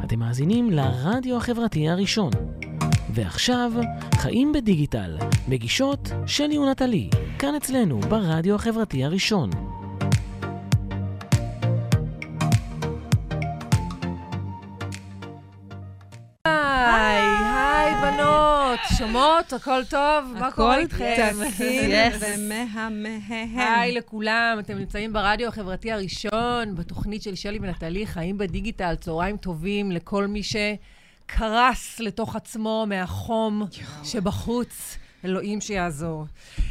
אתם מאזינים לרדיו החברתי הראשון. ועכשיו, חיים בדיגיטל, מגישות שלי ונטלי, כאן אצלנו ברדיו החברתי הראשון. היי בנות, שומעות? הכל טוב? מה קורה איתכם? הכל תקין ומהמהם. היי לכולם, אתם נמצאים ברדיו החברתי הראשון, בתוכנית של שלי ונטלי, חיים בדיגיטל, צהריים טובים לכל מי שקרס לתוך עצמו מהחום שבחוץ, אלוהים שיעזור.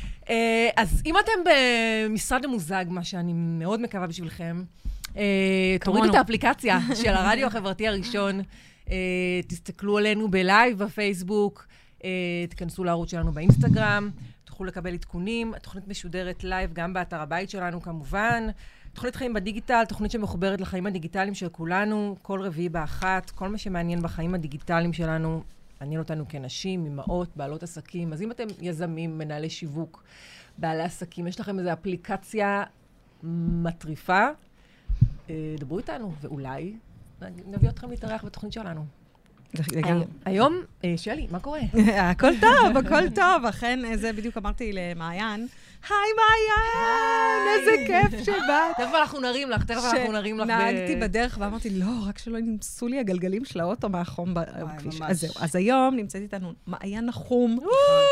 אז אם אתם במשרד המוזג, מה שאני מאוד מקווה בשבילכם, תורידו את האפליקציה של הרדיו החברתי הראשון, תסתכלו עלינו בלייב בפייסבוק, תכנסו לערוץ שלנו באינסטגרם, תוכלו לקבל עדכונים. התוכנית משודרת לייב גם באתר הבית שלנו כמובן. תוכנית חיים בדיגיטל, תוכנית שמחוברת לחיים הדיגיטליים של כולנו, כל רביעי באחת, כל מה שמעניין בחיים הדיגיטליים שלנו, מעניין אותנו כנשים, אמהות, בעלות עסקים. אז אם אתם יזמים, מנהלי שיווק, בעלי עסקים, יש לכם איזו אפליקציה מטריפה, דברו איתנו, ואולי נביא אתכם להתארח בתוכנית שלנו. היום, שלי, מה קורה? הכל טוב, הכל טוב. אכן, זה בדיוק אמרתי למעיין. היי מעיין, איזה כיף שבאת. תכף אנחנו נרים לך, נהגתי בדרך ואמרתי, לא, רק שלא נמסו לי הגלגלים של האוטו מהחום בכביש. אז זהו, אז היום נמצאת איתנו מעיין נחום.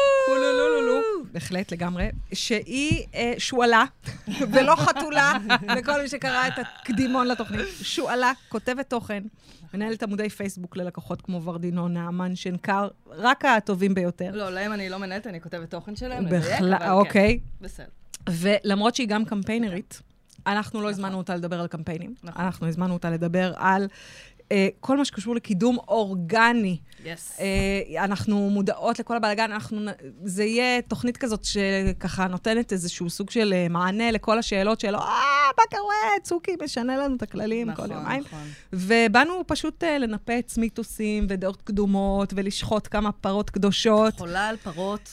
בהחלט לגמרי, שהיא שואלה, ולא חתולה, לכל מי שקרא את הקדימון לתוכנית. שואלה, כותבת תוכן, מנהלת עמודי פייסבוק ללקוחות כמו ורדינו, נעמן, שנקר, רק הטובים ביותר. לא, להם אני לא מנהלת, אני כותבת תוכן שלהם. אוקיי. בסדר. ולמרות שהיא גם קמפיינרית, אנחנו לא הזמנו אותה לדבר על קמפיינים. אנחנו הזמנו אותה לדבר על כל מה שקשור לקידום אורגני. אנחנו מודעות לכל הבלגן, זה יהיה תוכנית כזאת שככה נותנת איזשהו סוג של מענה לכל השאלות שלו, מה קורה? צוקי משנה לנו את הכללים כל יומיים. ובאנו פשוט לנפץ מיתוסים ודעות קדומות, ולשחוט כמה פרות קדושות. חולה על פרות.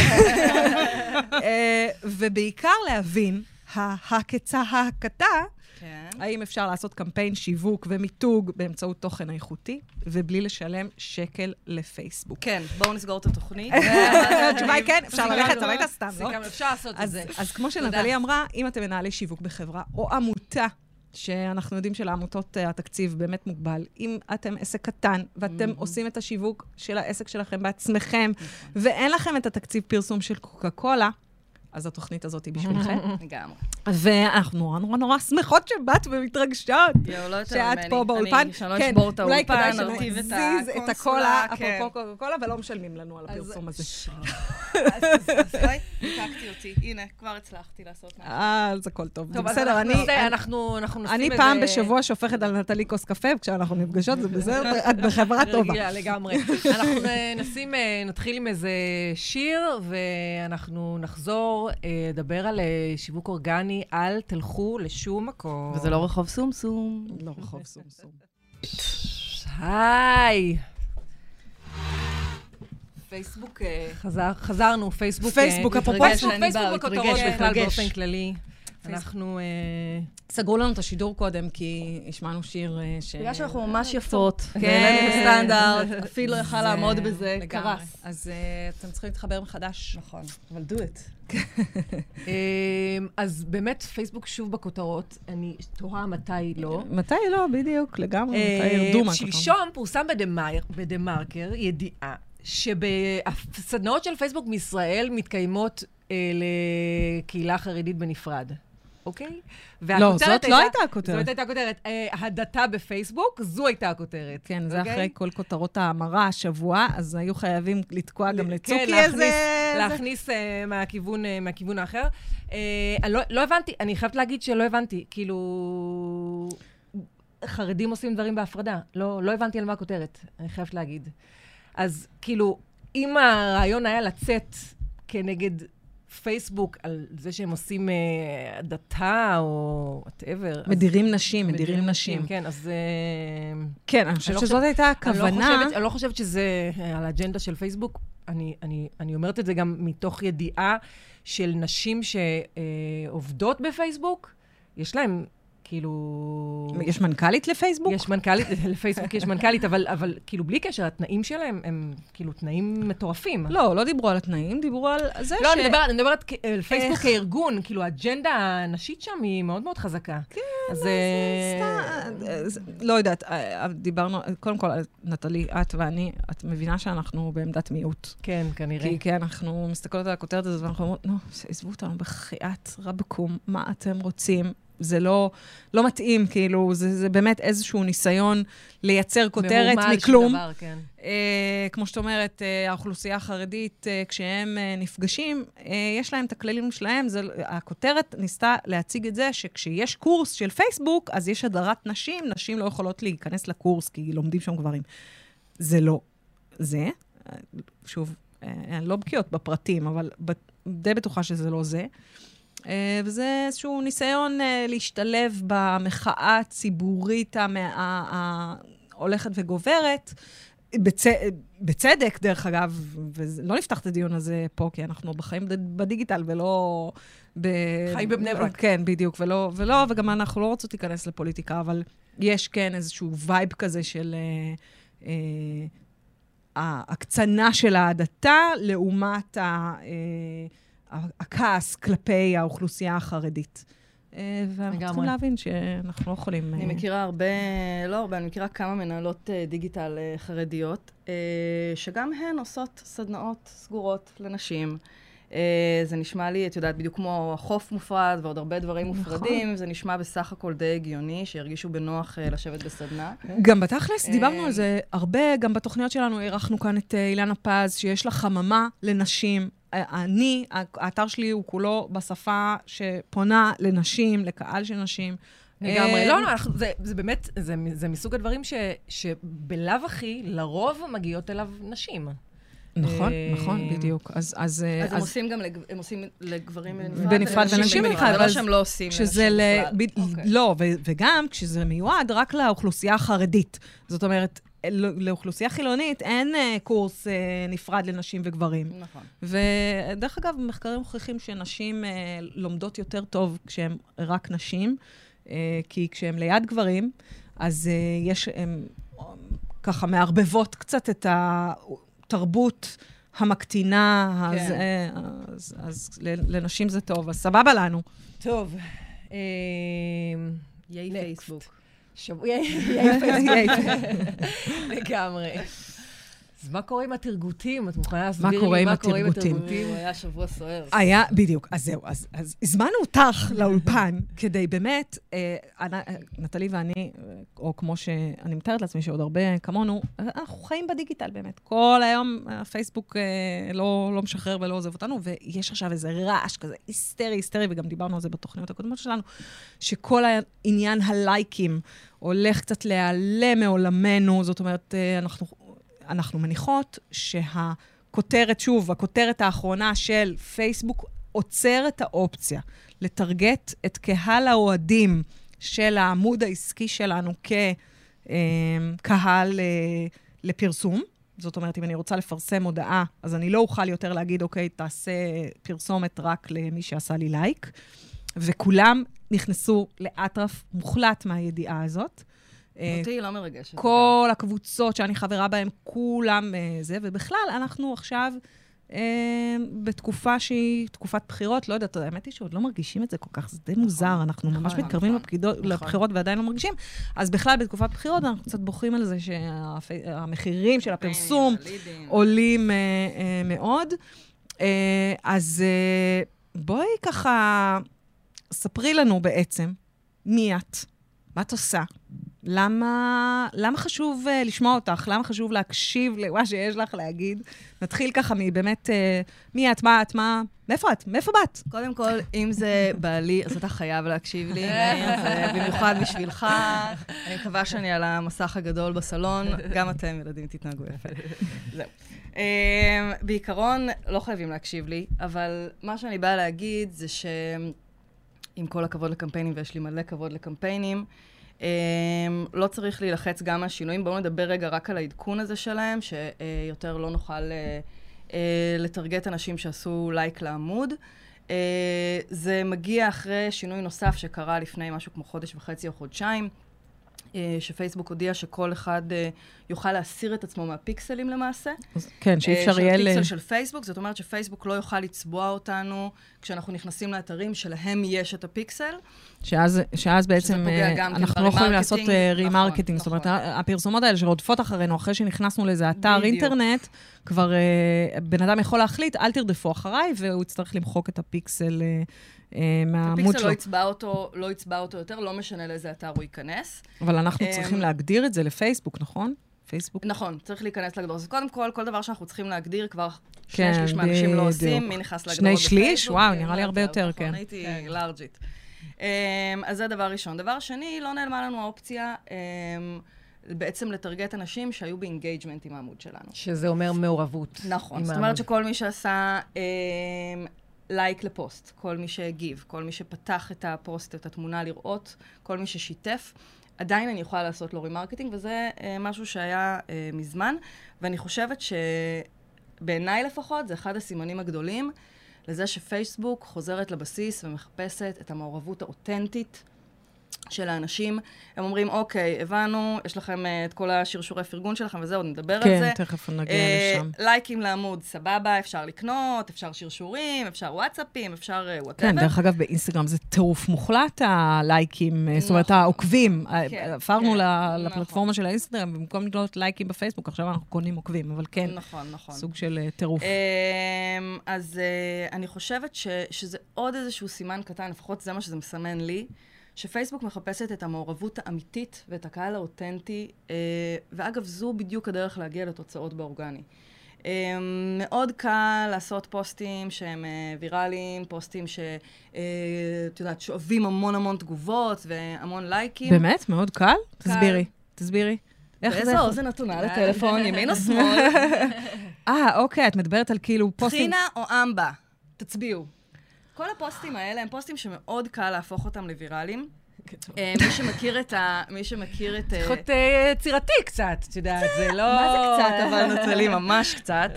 ובעיקר להבין, ההקצה ההקתה, האם אפשר לעשות קמפיין שיווק ומיתוג באמצעות תוכן איכותי, ובלי לשלם שקל לפייסבוק. כן, בואו נסגור את התוכנית. התשובה היא כן, אפשר ללכת הביתה סתם, לא? אפשר לעשות את זה. אז כמו שנטלי אמרה, אם אתם מנהלי שיווק בחברה, או עמותה, שאנחנו יודעים שלעמותות התקציב באמת מוגבל, אם אתם עסק קטן, ואתם עושים את השיווק של העסק שלכם בעצמכם, ואין לכם את התקציב פרסום של קוקה קולה, אז התוכנית הזאת היא בשבילכם. לגמרי. ואנחנו נורא נורא נורא שמחות שבאת ומתרגשות. שאת פה באולפן. כן, אולי כדאי שנזיז את הקולה, אפרופו קוקה קולה, ולא משלמים לנו על הפרסום הזה. אז בואי, תקקתי אותי. הנה, כבר הצלחתי לעשות משהו. זה הכל טוב. בסדר, אנחנו נשים אני פעם בשבוע שופכת על נטלי כוס קפה, וכשאנחנו נפגשות זה בסדר, את בחברה טובה. רגילה, לגמרי. אנחנו נתחיל עם איזה שיר, ואנחנו נחזור לדבר על שיווק אורגני, אל תלכו לשום מקום. וזה לא רחוב סומסום. לא רחוב סומסום. היי. פייסבוק, חזרנו, פייסבוק. פייסבוק, אפרופו פייסבוק הכותרות בכלל באופן כללי. אנחנו סגרו לנו את השידור קודם, כי השמענו שיר בגלל שאנחנו ממש יפות. כן, בסטנדרט. אפילו יכל לעמוד בזה, קרס. אז אתם צריכים להתחבר מחדש. נכון, אבל do it. אז באמת, פייסבוק שוב בכותרות. אני תוהה מתי לא. מתי לא, בדיוק, לגמרי. מתי ירדו מהכותרות. שלשום פורסם בדה-מרקר ידיעה, שבסדנאות של פייסבוק מישראל מתקיימות לקהילה חרדית בנפרד. אוקיי? לא, זאת לא הייתה הכותרת. זאת הייתה הכותרת. הדתה בפייסבוק, זו הייתה הכותרת. כן, זה אחרי כל כותרות ההמרה השבוע, אז היו חייבים לתקוע גם לצוקי איזה... להכניס מהכיוון האחר. לא הבנתי, אני חייבת להגיד שלא הבנתי. כאילו, חרדים עושים דברים בהפרדה. לא הבנתי על מה הכותרת, אני חייבת להגיד. אז כאילו, אם הרעיון היה לצאת כנגד פייסבוק על זה שהם עושים דתה או whatever. מדירים נשים. כן, אז... כן, אני חושבת שזאת הייתה הכוונה. אני לא חושבת שזה על האג'נדה של פייסבוק. אני אומרת את זה גם מתוך ידיעה של נשים שעובדות בפייסבוק. יש להם כאילו... יש מנכ"לית לפייסבוק? יש מנכ"לית, לפייסבוק יש מנכ"לית, אבל כאילו בלי קשר, התנאים שלהם הם כאילו תנאים מטורפים. לא דיברו על התנאים, דיברו על זה לא, אני מדברת על פייסבוק כארגון, כאילו האג'נדה הנשית שם היא מאוד מאוד חזקה. כן, לא יודעת, דיברנו, קודם כל, נטלי, את ואני, את מבינה שאנחנו בעמדת מיעוט. כן, כנראה. כי אנחנו מסתכלות על הכותרת הזאת, ואנחנו אומרות, עזבו אותנו בחייאת רבקום, מה אתם רוצים? זה לא מתאים, כאילו, זה באמת איזשהו ניסיון לייצר כותרת מכלום. דבר, כן. כמו שאת אומרת, האוכלוסייה החרדית, כשהם נפגשים, יש להם את הכללים שלהם. הכותרת ניסתה להציג את זה, שכשיש קורס של פייסבוק, אז יש הדרת נשים, נשים לא יכולות להיכנס לקורס, כי לומדים שם גברים. זה לא זה. שוב, אני לא בקיאות בפרטים, אבל די בטוחה שזה לא זה. וזה איזשהו ניסיון להשתלב במחאה הציבורית ההולכת וגוברת, בצדק, דרך אגב, ולא נפתח את הדיון הזה פה, כי אנחנו בחיים בדיגיטל ולא... חיים בבני ברק. כן, בדיוק, וגם אנחנו לא רוצות להיכנס לפוליטיקה, אבל יש כן איזשהו וייב כזה של ההקצנה של העדתה, לעומת הכעס כלפי האוכלוסייה החרדית. ואנחנו צריכים להבין שאנחנו לא יכולים... אני מכירה אני מכירה כמה מנהלות דיגיטל חרדיות, שגם הן עושות סדנאות סגורות לנשים. זה נשמע לי, את יודעת, בדיוק כמו החוף מופרד ועוד הרבה דברים מופרדים, זה נשמע בסך הכל די הגיוני, שירגישו בנוח לשבת בסדנה. גם בתכלס, דיברנו על זה הרבה, גם בתוכניות שלנו אירחנו כאן את אילנה פז, שיש לה חממה לנשים. האתר שלי הוא כולו בשפה שפונה לנשים, לקהל של נשים. לגמרי. לא, זה באמת, זה מסוג הדברים שבלאו הכי, לרוב מגיעות אליו נשים. נכון, בדיוק. אז הם עושים גם, הם עושים לגברים בנפרד ונשים בנפרד. זה לא שהם לא עושים. לא, וגם כשזה מיועד רק לאוכלוסייה החרדית. זאת אומרת, לאוכלוסייה חילונית אין קורס נפרד לנשים וגברים. נכון. ודרך אגב, מחקרים מוכיחים שנשים לומדות יותר טוב כשהן רק נשים, כי כשהן ליד גברים, אז הן ככה מערבבות קצת את התרבות המקטינה, אז לנשים זה טוב, אז סבבה לנו. טוב. יאי פייסבוק. יאי פייסבוק. לגמרי. אז מה קורה עם התרגותים? את מוכנה להסביר לי מה קורה עם התרגותים? היה שבוע סוער. היה, בדיוק. אז זהו. אז הזמנו אותך לאולפן, כדי באמת, נטלי ואני, או כמו שאני מתארת לעצמי שעוד הרבה כמונו, אנחנו חיים בדיגיטל באמת. כל היום הפייסבוק לא משחרר ולא עוזב אותנו, ויש עכשיו איזה רעש כזה, היסטרי, וגם דיברנו על זה בתוכניות הקודמות שלנו, שכל העניין הלייקים הולך קצת להיעלם מעולמנו, זאת אומרת, אנחנו מניחות שהכותרת, שוב, הכותרת האחרונה של פייסבוק עוצר את האופציה לטרגט את קהל האוהדים של העמוד העסקי שלנו כקהל לפרסום. זאת אומרת, אם אני רוצה לפרסם הודעה, אז אני לא אוכל יותר להגיד, אוקיי, תעשה פרסומת רק למי שעשה לי לייק. וכולם נכנסו לאטרף מוחלט מהידיעה הזאת. אותי לא מרגשת. כל הקבוצות שאני חברה בהן, כולם זה, ובכלל, אנחנו עכשיו בתקופה שהיא תקופת בחירות, לא יודעת, האמת היא שעוד לא מרגישים את זה כל כך, זה די מוזר, אנחנו ממש מתקרבים לבחירות ועדיין לא מרגישים, אז בכלל בתקופת בחירות אנחנו קצת בוכים על זה שהמחירים של הפרסום עולים מאוד, אז בואי ככה, ספרי לנו בעצם, מי את? מה את עושה? למה חשוב לשמוע אותך? למה חשוב להקשיב למה שיש לך להגיד? נתחיל ככה מבאמת, מי את, מה את, מאיפה את? מאיפה באת? קודם כל, אם זה בעלי, אז אתה חייב להקשיב לי, זה במיוחד בשבילך. אני מקווה שאני על המסך הגדול בסלון, גם אתם, ילדים, תתנהגו יפה. זהו. בעיקרון, לא חייבים להקשיב לי, אבל מה שאני באה להגיד זה שעם כל הכבוד לקמפיינים, ויש לי מלא כבוד לקמפיינים, לא צריך להילחץ גם מהשינויים. בואו נדבר רגע רק על העדכון הזה שלהם, שיותר לא נוכל לטרגט אנשים שעשו לייק לעמוד. זה מגיע אחרי שינוי נוסף שקרה לפני משהו כמו חודש וחצי או חודשיים, שפייסבוק הודיע שכל אחד יוכל להסיר את עצמו מהפיקסלים למעשה. כן, שאפשר יהיה של פיקסל של פייסבוק, זאת אומרת שפייסבוק לא יוכל לצבוע אותנו כשאנחנו נכנסים לאתרים שלהם יש את הפיקסל. שאז בעצם אנחנו לא יכולים לעשות רימרקטינג. זאת אומרת, הפרסומות האלה שרודפות אחרינו, אחרי שנכנסנו לאיזה אתר אינטרנט, כבר בן אדם יכול להחליט, אל תרדפו אחריי, והוא יצטרך למחוק את הפיקסל מהעמוד שלו. הפיקסל לא יצבע אותו יותר, לא משנה לאיזה אתר הוא ייכנס. אבל אנחנו צריכים להגדיר את זה לפייסבוק, נכון? פייסבוק. נכון, צריך להיכנס להגדרות. אז קודם כל דבר שאנחנו צריכים להגדיר, כבר שני שליש מהאנשים לא עושים, מי נכנס להגדרות בפייסבוק. שני שליש? וואו, נראה לי הרבה יותר, כן. הייתי לארג'ית. אז זה דבר ראשון. דבר שני, לא נעלמה לנו האופציה בעצם לטרגט אנשים שהיו באינגייג'מנט עם העמוד שלנו. שזה אומר מעורבות. נכון. זאת אומרת שכל מי שעשה לייק לפוסט, כל מי שהגיב, כל מי שפתח את הפוסט, את התמונה לראות, כל מי ששיתף, עדיין אני יכולה לעשות לו רימרקטינג, וזה משהו שהיה מזמן, ואני חושבת שבעיניי לפחות זה אחד הסימנים הגדולים לזה שפייסבוק חוזרת לבסיס ומחפשת את המעורבות האותנטית של האנשים. הם אומרים, אוקיי, הבנו, יש לכם את כל השרשורי פרגון שלכם, וזה, עוד נדבר על זה. כן, תכף נגיע לשם. לייקים לעמוד, סבבה, אפשר לקנות, אפשר שרשורים, אפשר וואטסאפים, אפשר whatever. כן, דרך אגב, באינסטגרם זה טירוף מוחלט, הלייקים, זאת אומרת, העוקבים. עברנו לפלטפורמה של האינסטגרם, במקום לקנות לייקים בפייסבוק, עכשיו אנחנו קונים עוקבים, אבל כן, סוג של טירוף. אז אני חושבת שזה עוד איזשהו סימן קטן, לפחות זה מה שזה מסמן לי, שפייסבוק מחפשת את המעורבות האמיתית ואת הקהל האותנטי, ואגב, זו בדיוק הדרך להגיע לתוצאות באורגני. מאוד קל לעשות פוסטים שהם ויראליים, פוסטים שאת יודעת, שואבים המון תגובות והמון לייקים. באמת? מאוד קל? תסבירי. באיזה אוזן נתונה לטלפון, ימין או שמאל? אוקיי, את מדברת על כאילו פוסטים... טחינה או אמבה? תצביעו. כל הפוסטים האלה הם פוסטים שמאוד קל להפוך אותם לוויראליים. מי שמכיר את... צריך להיות יצירתי קצת, את יודעת, זה לא... מה זה קצת, אבל נטלי, ממש קצת.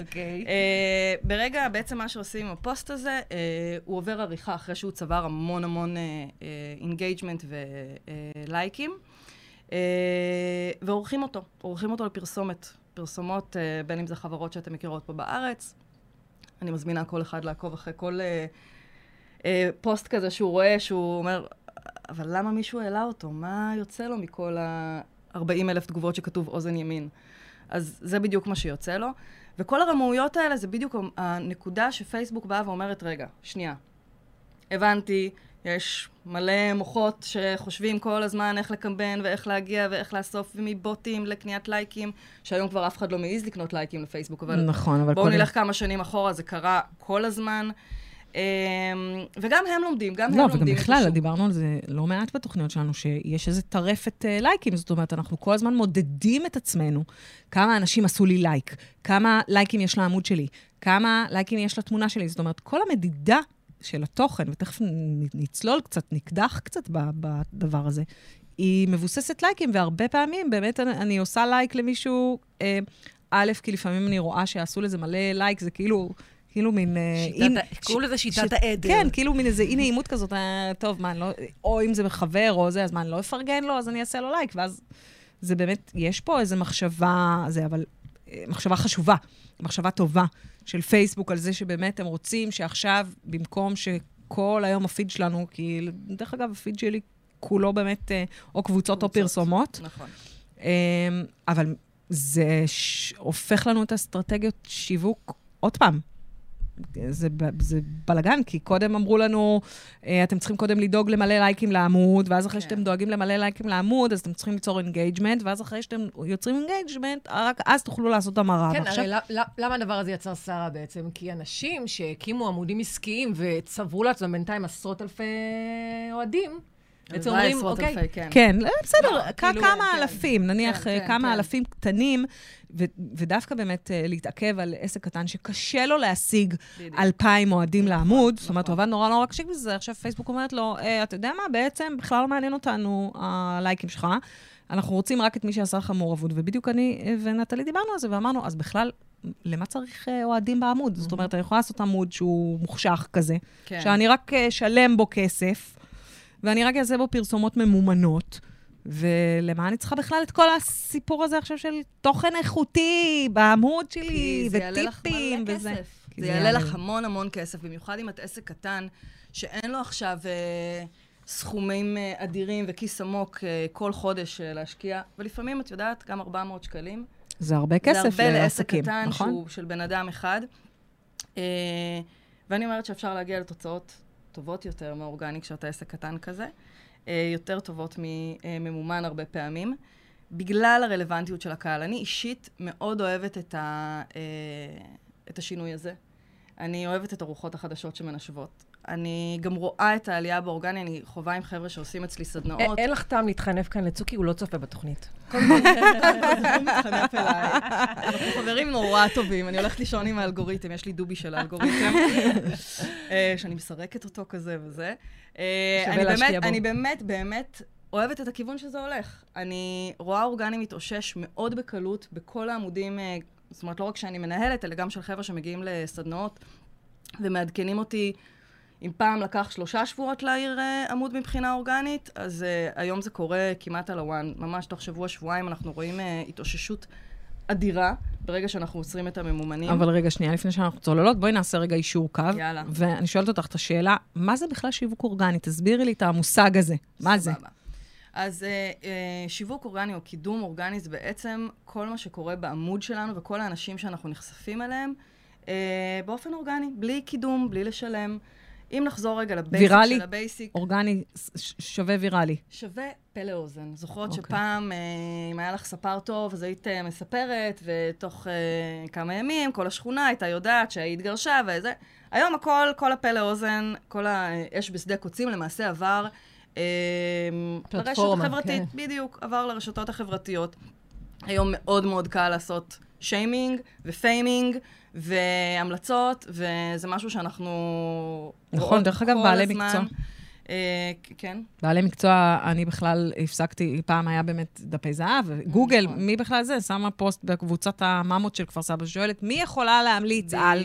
ברגע, בעצם מה שעושים עם הפוסט הזה, הוא עובר עריכה אחרי שהוא צבר המון אינגייג'מנט ולייקים, ועורכים אותו לפרסומת. פרסומות, בין אם זה חברות שאתם מכירות פה בארץ. אני מזמינה כל אחד לעקוב אחרי כל... פוסט כזה שהוא רואה, שהוא אומר, אבל למה מישהו העלה אותו? מה יוצא לו מכל ה-40,000 תגובות שכתוב אוזן ימין? אז זה בדיוק מה שיוצא לו. וכל הרמאויות האלה זה בדיוק הנקודה שפייסבוק באה ואומרת, רגע, שנייה. הבנתי, יש מלא מוחות שחושבים כל הזמן איך לקמבן ואיך להגיע ואיך לאסוף מבוטים לקניית לייקים, שהיום כבר אף אחד לא מעיז לקנות לייקים לפייסבוק, אבל נכון, אבל בואו נלך כמה שנים אחורה, זה קרה כל הזמן. וגם הם לומדים, לא, וגם בכלל, דיברנו על זה לא מעט בתוכניות שלנו, שיש איזו טרפת לייקים, זאת אומרת, אנחנו כל הזמן מודדים את עצמנו, כמה אנשים עשו לי לייק, כמה לייקים יש לעמוד שלי, כמה לייקים יש לתמונה שלי, זאת אומרת, כל המדידה של התוכן, ותכף נצלול קצת, נקדח קצת בדבר הזה, היא מבוססת לייקים, והרבה פעמים באמת אני עושה לייק למישהו, א', כי לפעמים אני רואה שעשו לזה מלא לייק, זה כאילו מין... קראו לזה שיטת העדר. כן, כאילו מין איזה אי-נעימות כזאת, טוב, מה, או אם זה מחבר או זה, אז מה, אני לא אפרגן לו, אז אני אעשה לו לייק, ואז זה באמת, יש פה איזו מחשבה, אבל מחשבה חשובה, מחשבה טובה של פייסבוק, על זה שבאמת הם רוצים שעכשיו, במקום שכל היום הפיד שלנו, כי דרך אגב, הפיד שלי כולו באמת, או קבוצות או פרסומות. נכון. אבל זה הופך לנו את האסטרטגיות שיווק עוד פעם. זה בלגן, כי קודם אמרו לנו, אתם צריכים קודם לדאוג למלא לייקים לעמוד, ואז אחרי שאתם דואגים למלא לייקים לעמוד, אז אתם צריכים ליצור אינגייג'מנט, ואז אחרי שאתם יוצרים אינגייג'מנט, רק אז תוכלו לעשות המרה. כן, הרי למה הדבר הזה יצר סערה בעצם? כי אנשים שהקימו עמודים עסקיים וצברו לעצמם בינתיים עשרות אלפי אוהדים, בעצם אומרים, אוקיי. כן, בסדר, כמה אלפים, נניח כמה אלפים קטנים, ודווקא באמת להתעכב על עסק קטן שקשה לו להשיג 2,000 מועדים לעמוד, זאת אומרת, הוא עבד נורא קשה בזה, עכשיו פייסבוק אומרת לו, אתה יודע מה, בעצם בכלל לא מעניין אותנו הלייקים שלך, אנחנו רוצים רק את מי שעשה לך מעורבות, ובדיוק אני ונטלי דיברנו על זה, ואמרנו, אז בכלל למה צריך אוהדים בעמוד? זאת אומרת, אני יכולה לעשות עמוד שהוא מוחשך כזה, כן. שאני רק שלם בו כסף, ואני רק אעשה בו פרסומות ממומנות, ולמה אני צריכה בכלל את כל הסיפור הזה עכשיו של תוכן איכותי בעמוד שלי, וטיפים וזה. זה יעלה לך המון המון כסף, במיוחד אם את עסק קטן, שאין לו עכשיו סכומים אדירים וכיס עמוק כל חודש להשקיע, ולפעמים את יודעת, גם 400 שקלים. זה הרבה כסף לעסקים, נכון? זה הרבה לעסק קטן שהוא של בן אדם אחד. ואני אומרת שאפשר להגיע לתוצאות טובות יותר מאורגני כשאתה עסק קטן כזה. יותר טובות ממומן הרבה פעמים, בגלל הרלוונטיות של הקהל. אני אישית מאוד אוהבת את השינוי הזה. אני אוהבת את הרוחות החדשות שמנשבות. אני גם רואה את העלייה באורגני, אני חובה עם חבר'ה שעושים אצלי סדנאות. אין לך טעם להתחנף כאן לצוקי, הוא לא צופה בתוכנית. כל פעם הוא מתחנף אליי. אנחנו חברים נורא טובים, אני הולכת לישון עם האלגוריתם, יש לי דובי של האלגוריתם, שאני מסרקת אותו כזה וזה. אני באמת אוהבת את הכיוון שזה הולך. אני רואה אורגני מתאושש מאוד בקלות בכל העמודים, זאת אומרת, לא רק שאני מנהלת, אלא גם של חבר'ה שמגיעים לסדנאות ומעדכנים אותי. אם פעם לקח 3 שבועות להעיר עמוד מבחינה אורגנית, אז היום זה קורה כמעט על הוואן. ממש תוך שבוע-שבועיים אנחנו רואים התאוששות אדירה, ברגע שאנחנו עוצרים את הממומנים. אבל רגע, שנייה, לפני שאנחנו צוללות, בואי נעשה רגע אישור קו. יאללה. ואני שואלת אותך את השאלה, מה זה בכלל שיווק אורגני? תסבירי לי את המושג הזה. מה זה? אז שיווק אורגני או קידום אורגני זה בעצם כל מה שקורה בעמוד שלנו וכל האנשים שאנחנו נחשפים אליהם באופן אורגני, בלי קידום, בלי לשלם. אם נחזור רגע לבייסיק של הבייסיק... אורגני שווה ויראלי. שווה פה לאוזן. זוכרות שפעם, אם היה לך ספר טוב, אז היית מספרת, ותוך כמה ימים, כל השכונה הייתה יודעת שהיית גרשה וזה. היום הכל, כל הפה לאוזן, כל האש בשדה קוצים, למעשה עבר לרשת החברתית. בדיוק, עבר לרשתות החברתיות. היום מאוד מאוד קל לעשות שיימינג ופיימינג, והמלצות, וזה משהו שאנחנו... נכון, דרך אגב, בעלי מקצוע. כן. בעלי מקצוע, אני בכלל הפסקתי, פעם היה באמת דפי זהב, וגוגל, מי בכלל זה? שמה פוסט בקבוצת הממות של כפר סבא, שואלת, מי יכולה להמליץ על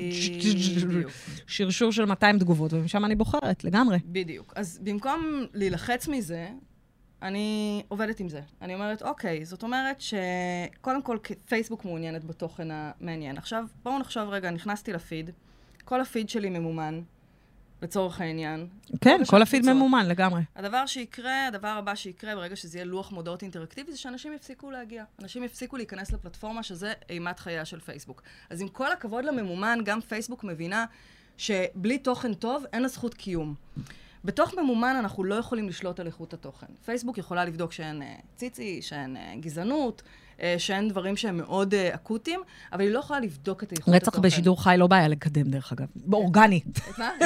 שרשור של 200 תגובות, ומשם אני בוחרת, לגמרי. בדיוק. אז במקום להילחץ מזה, אני עובדת עם זה. אני אומרת, אוקיי, זאת אומרת שקודם כל פייסבוק מעוניינת בתוכן המעניין. עכשיו, בואו נחשוב רגע, נכנסתי לפיד, כל הפיד שלי ממומן, לצורך העניין. כן, כל הפיד ממומן, לגמרי. הדבר הבא שיקרה ברגע שזה יהיה לוח מודעות אינטראקטיבי, זה שאנשים יפסיקו להגיע. אנשים יפסיקו להיכנס לפלטפורמה שזה אימת חייה של פייסבוק. אז עם כל הכבוד לממומן, גם פייסבוק מבינה שבלי תוכן טוב, אין לה זכות קיום. בתוך ממומן אנחנו לא יכולים לשלוט על איכות התוכן. פייסבוק יכולה לבדוק שאין ציצי, שאין גזענות, שאין דברים שהם מאוד אקוטיים, אבל היא לא יכולה לבדוק את איכות התוכן. רצח בשידור חי לא בעיה לקדם, דרך אגב. באורגני. את מה?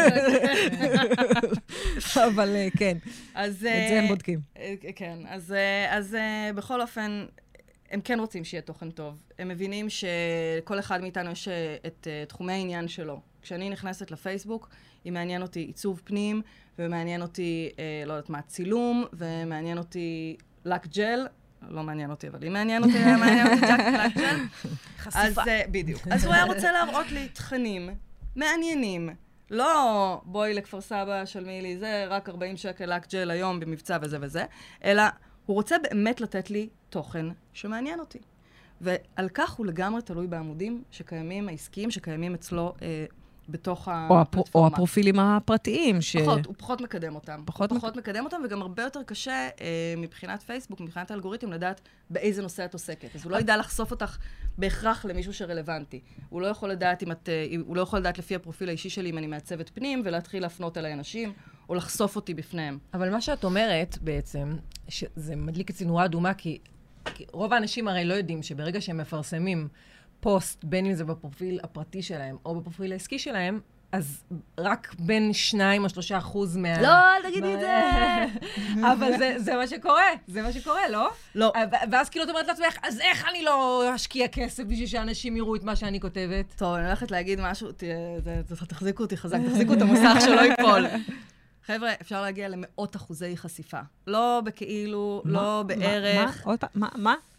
אבל כן, את זה הם בודקים. כן, אז בכל אופן, הם כן רוצים שיהיה תוכן טוב. הם מבינים שכל אחד מאיתנו יש את תחומי העניין שלו. כשאני נכנסת לפייסבוק, היא מעניין אותי עיצוב פנים, ומעניין אותי, לא יודעת מה, צילום, ומעניין אותי לק ג'ל, לא מעניין אותי, אבל היא מעניין אותי לק ג'ל. חשיפה. אז בדיוק. אז הוא היה רוצה להראות לי תכנים מעניינים. לא בואי לכפר סבא של מילי, זה רק 40 שקל לק ג'ל היום במבצע וזה וזה, אלא הוא רוצה באמת לתת לי תוכן שמעניין אותי. ועל כך הוא לגמרי תלוי בעמודים שקיימים, העסקיים שקיימים אצלו בתוך הפלטפורמה. או הפרופילים הפרטיים. הוא פחות מקדם אותם. פחות מקדם אותם, וגם הרבה יותר קשה מבחינת פייסבוק, מבחינת האלגוריתם, לדעת באיזה נושא את עוסקת. אז הוא לא ידע לחשוף אותך בהכרח למישהו שרלוונטי. הוא לא יכול לדעת לפי הפרופיל האישי שלי אם אני מעצבת פנים, ולהתחיל להפנות אליי אנשים, או לחשוף אותי בפניהם. אבל מה שאת אומרת בעצם, שזה מדליק אצלי נורה אדומה, כי רוב האנשים הרי לא יודעים שברגע שהם מפרסמים פוסט, בין אם זה בפרופיל הפרטי שלהם, או בפרופיל העסקי שלהם, אז רק בין 2% או 3% מה... לא, אל תגידי את זה! אבל זה מה שקורה, זה מה שקורה, לא? לא. ואז כאילו את אומרת לעצמך, אז איך אני לא אשקיע כסף בשביל שאנשים יראו את מה שאני כותבת? טוב, אני הולכת להגיד משהו, תחזיקו אותי חזק, תחזיקו את המסך שלא ייפול. חבר'ה, אפשר להגיע ל100% חשיפה. לא בכאילו, לא בערך. מה?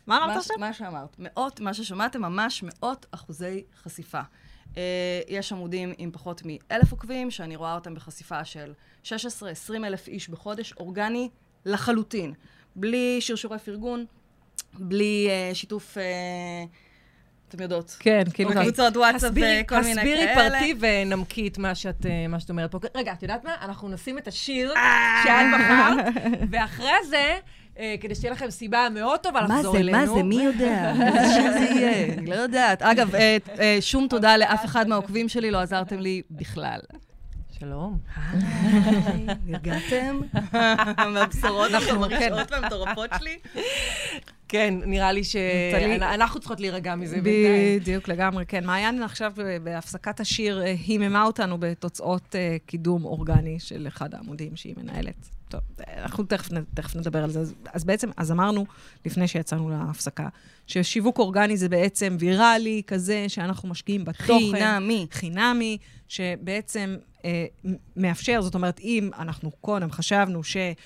מה אמרת עכשיו? מה שאמרת. מה ששמעתם, ממש 100% חשיפה. יש עמודים עם פחות מ1,000 עוקבים, שאני רואה אותם בחשיפה של 16-20 אלף איש בחודש, אורגני לחלוטין. בלי שרשורי פרגון, בלי שיתוף, אתם יודעות. כן, כאילו. קבוצות וואטסאפ וכל מיני כאלה. הסבירי פרטי ונמקי את מה שאת אומרת פה. רגע, את יודעת מה? אנחנו נשים את השיר שאת בחרת, ואחרי זה, כדי שתהיה לכם סיבה מאוד טובה לחזור אלינו. מה זה? מי יודע? איזה שיר זה יהיה? אני לא יודעת. אגב, שום תודה לאף אחד מהעוקבים שלי, לא עזרתם לי בכלל. שלום. נרגעתם? מהבשורות המרגישות והמטורפות שלי? כן, נראה לי שאנחנו צריכות להירגע מזה בינתיים. בדיוק, לגמרי, כן. מעיין עכשיו בהפסקת השיר היממה אותנו בתוצאות קידום אורגני של אחד העמודים שהיא מנהלת. טוב, אנחנו תכף נדבר על זה. אז בעצם, אז אמרנו, לפני שיצאנו להפסקה, ששיווק אורגני זה בעצם ויראלי כזה, שאנחנו משקיעים בתוכן. חינמי, שבעצם מאפשר, זאת אומרת, אם אנחנו קודם חשבנו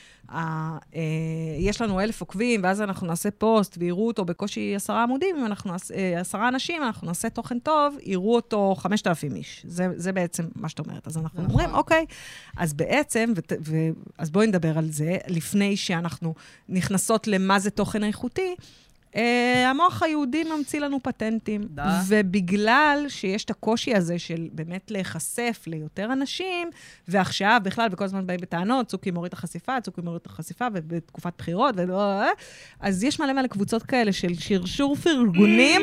יש לנו 1,000 עוקבים, ואז אנחנו נעשה פוסט, ויראו אותו בקושי 10 עמודים, אם אנחנו 10 אנשים, אנחנו נעשה תוכן טוב, יראו אותו 5,000 איש. זה בעצם מה שאת אומרת. אז אנחנו אומרים, אוקיי, אז בעצם, אז בואי נדבר על זה, לפני שאנחנו נכנסות למה זה תוכן איכותי, המוח היהודי ממציא לנו פטנטים, ובגלל שיש את הקושי הזה של באמת להיחשף ליותר אנשים, ועכשיו בכלל, בכל הזמן באים בטענות, צוקי מוריד את החשיפה, ובתקופת בחירות, אז יש מלא קבוצות כאלה של שרשור פרגונים.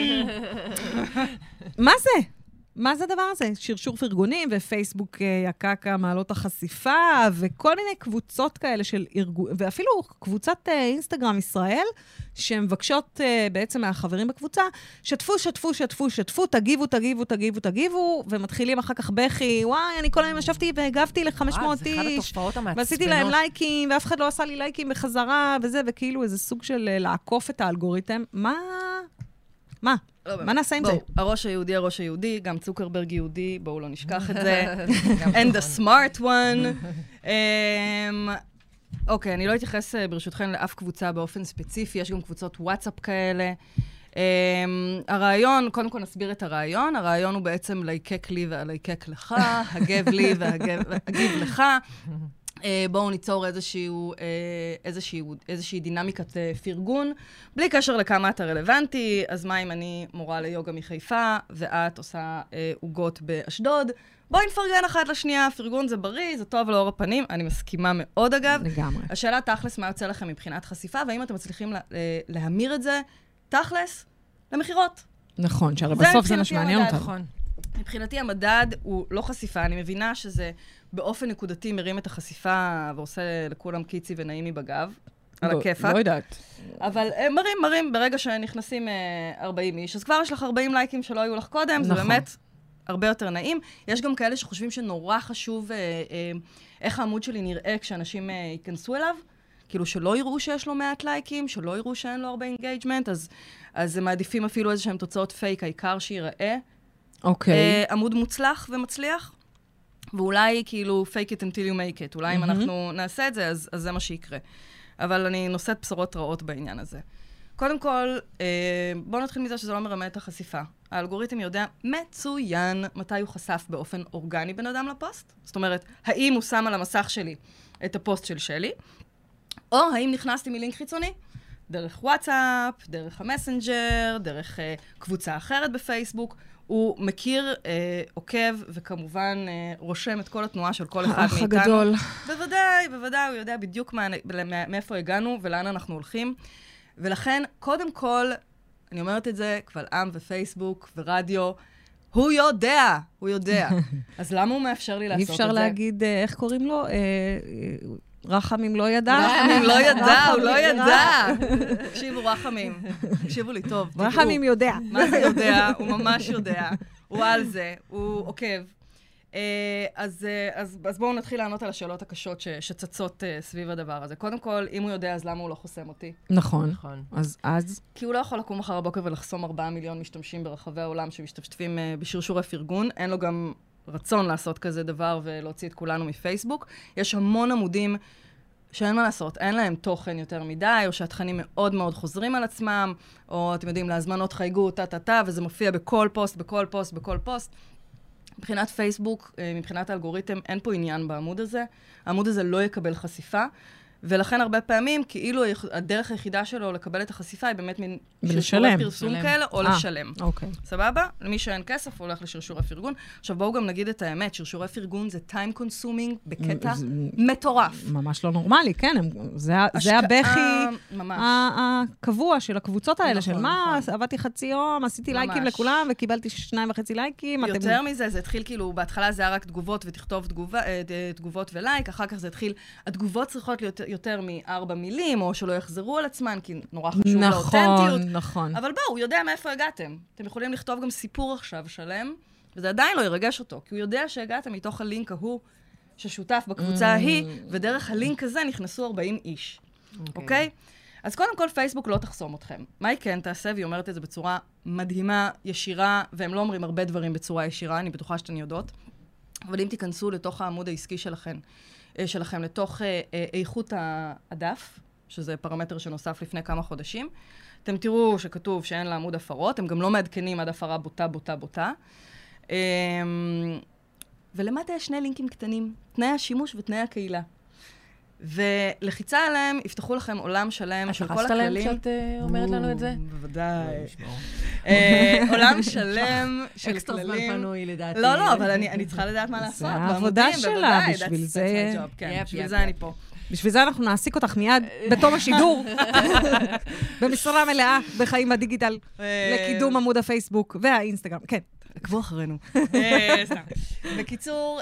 מה זה? מה זה הדבר הזה? שרשור פרגונים, ופייסבוק יקקה מעלות החשיפה, וכל מיני קבוצות כאלה של ארגון, ואפילו קבוצת אינסטגרם ישראל, שמבקשות בעצם מהחברים בקבוצה, שתפו, תגיבו, ומתחילים אחר כך בכי, וואי, אני כל היום ישבתי והגבתי ל-500 איש, ועשיתי להם לייקים, ואף אחד לא עשה לי לייקים בחזרה, וזה, וכאילו איזה סוג של לעקוף את האלגוריתם. מה נעשה עם זה? הראש היהודי, גם צוקרברג יהודי, בואו לא נשכח את זה. And the smart one. אוקיי, אני לא אתייחס ברשותכם לאף קבוצה באופן ספציפי, יש גם קבוצות וואטסאפ כאלה. הרעיון, קודם כל נסביר את הרעיון. הרעיון הוא בעצם להיקק לי ולהיקק לך, הגב לי והגיב לך. בואו ניצור איזושהי דינמיקת פרגון, בלי קשר לכמה אתה רלוונטי. אז מה אם אני מורה ליוגה מחיפה, ואת עושה עוגות באשדוד? בואי נפרגן אחת לשנייה, פרגון זה בריא, זה טוב לאור הפנים, אני מסכימה מאוד אגב. לגמרי. השאלה תכלס מה יוצא לכם מבחינת חשיפה, והאם אתם מצליחים להמיר את זה, תכלס, למחירות. נכון, שהרי בסוף זה מה שמעניין אותנו. נכון. מבחינתי המדד הוא לא חשיפה, אני מבינה שזה באופן נקודתי מרים את החשיפה ועושה לכולם קיצי ונעימי בגב, על הכיפק. לא יודעת. אבל מרים, ברגע שנכנסים 40 איש, אז כבר יש לך 40 לייקים שלא היו לך קודם, זה באמת הרבה יותר נעים. יש גם כאלה שחושבים שנורא חשוב איך העמוד שלי נראה כשאנשים ייכנסו אליו, כאילו שלא יראו שיש לו 100 לייקים, שלא יראו שאין לו הרבה אינגייג'מנט, אז הם מעדיפים אפילו איזשהם תוצאות פייק, העיקר שיראה. אוקיי. עמוד מוצלח ומצליח, ואולי כאילו fake it until you make it. אולי אם אנחנו נעשה את זה, אז זה מה שיקרה. אבל אני נושאת בשורות רעות בעניין הזה. קודם כל, בואו נתחיל מזה שזה לא מרמה את החשיפה. האלגוריתם יודע מצוין מתי הוא חשף באופן אורגני בן אדם לפוסט. זאת אומרת, האם הוא שם על המסך שלי את הפוסט של שלי, או האם נכנסתי מלינק חיצוני, דרך וואטסאפ, דרך המסנג'ר, דרך קבוצה אחרת בפייסבוק. הוא מכיר, עוקב, וכמובן רושם את כל התנועה של כל אחד מאיתנו. האח הגדול. בוודאי, הוא יודע בדיוק מאיפה הגענו ולאן אנחנו הולכים. ולכן, קודם כל, אני אומרת את זה, קבל עם ופייסבוק ורדיו, הוא יודע. אז למה הוא מאפשר לי לעשות את זה? אי אפשר להגיד, איך קוראים לו? רחמים לא ידע? רחמים לא ידע, הוא לא ידע. תקשיבו, רחמים. תקשיבו לי טוב. רחמים יודע. מה זה יודע? הוא ממש יודע. הוא על זה, הוא עוקב. אז בואו נתחיל לענות על השאלות הקשות שצצות סביב הדבר הזה. קודם כל, אם הוא יודע, אז למה הוא לא חוסם אותי? נכון. אז? כי הוא לא יכול לקום מחר הבוקר ולחסום 4 מיליון משתמשים ברחבי העולם שמשתתפים בשרשורי פרגון. אין לו גם רצון לעשות כזה דבר ולהוציא את כולנו מפייסבוק. יש המון עמודים שאין מה לעשות, אין להם תוכן יותר מדי, או שהתכנים מאוד מאוד חוזרים על עצמם, או אתם יודעים, להזמנות חייגו, וזה מופיע בכל פוסט, בכל פוסט, בכל פוסט. מבחינת פייסבוק, מבחינת האלגוריתם, אין פה עניין בעמוד הזה. העמוד הזה לא יקבל חשיפה, ולכן הרבה פעמים, כאילו הדרך היחידה שלו לקבל את החשיפה היא באמת מין שרשורי פרסום כאלה, או לשלם. אוקיי. סבבה? למי שאין כסף, הוא הולך לשרשורי פרגון. עכשיו בואו גם נגיד את האמת, שרשורי פרגון זה time consuming בקטע מטורף. ממש לא נורמלי, כן. זה הבכי הקבוע של הקבוצות האלה, של מה, עבדתי חצי יום, עשיתי לייקים לכולם, וקיבלתי 2.5 לייקים. יותר מזה, זה התחיל כאילו, בהתחלה זה היה רק תגובות ותכתוב תגובות ולייק, אחר כך זה התחיל, התגובות צריכות להיות יותר מ4 מילים, או שלא יחזרו על עצמן, כי נורא חשוב לאותנטיות. נכון. אבל בואו, הוא יודע מאיפה הגעתם. אתם יכולים לכתוב גם סיפור עכשיו שלם, וזה עדיין לא ירגש אותו, כי הוא יודע שהגעתם מתוך הלינק ההוא ששותף בקבוצה ההיא, ודרך הלינק הזה נכנסו 40 איש. אוקיי? אז קודם כל, פייסבוק לא תחסום אתכם. מה היא כן תעשה? והיא אומרת את זה בצורה מדהימה, ישירה, והם לא אומרים הרבה דברים בצורה ישירה, אני בטוחה שאתן יודעות. אבל אם תיכנסו לתוך העמוד העסקי שלכם לתוך איכות הדף, שזה פרמטר שנוסף לפני כמה חודשים, אתם תראו שכתוב שאין לעמוד הפרות, הם גם לא מעדכנים עד הפרה בוטה. ולמטה יש 2 לינקים קטנים, תנאי השימוש ותנאי הקהילה. ולחיצה עליהם יפתחו לכם עולם שלם של כל הכללים. את חשת עליהם כשאת אומרת לנו את זה? בוודאי. עולם שלם של כללים. אקסטרה זמן פנוי, לדעתי. לא, אבל אני צריכה לדעת מה לעשות. זה העבודה שלה, בשביל זה... בשביל זה אני פה. בשביל זה אנחנו נעסיק אותך מיד בתום השידור, במשרה מלאה בחיים הדיגיטל, לקידום עמוד הפייסבוק והאינסטגרם. כן. עקבו אחרינו. בקיצור,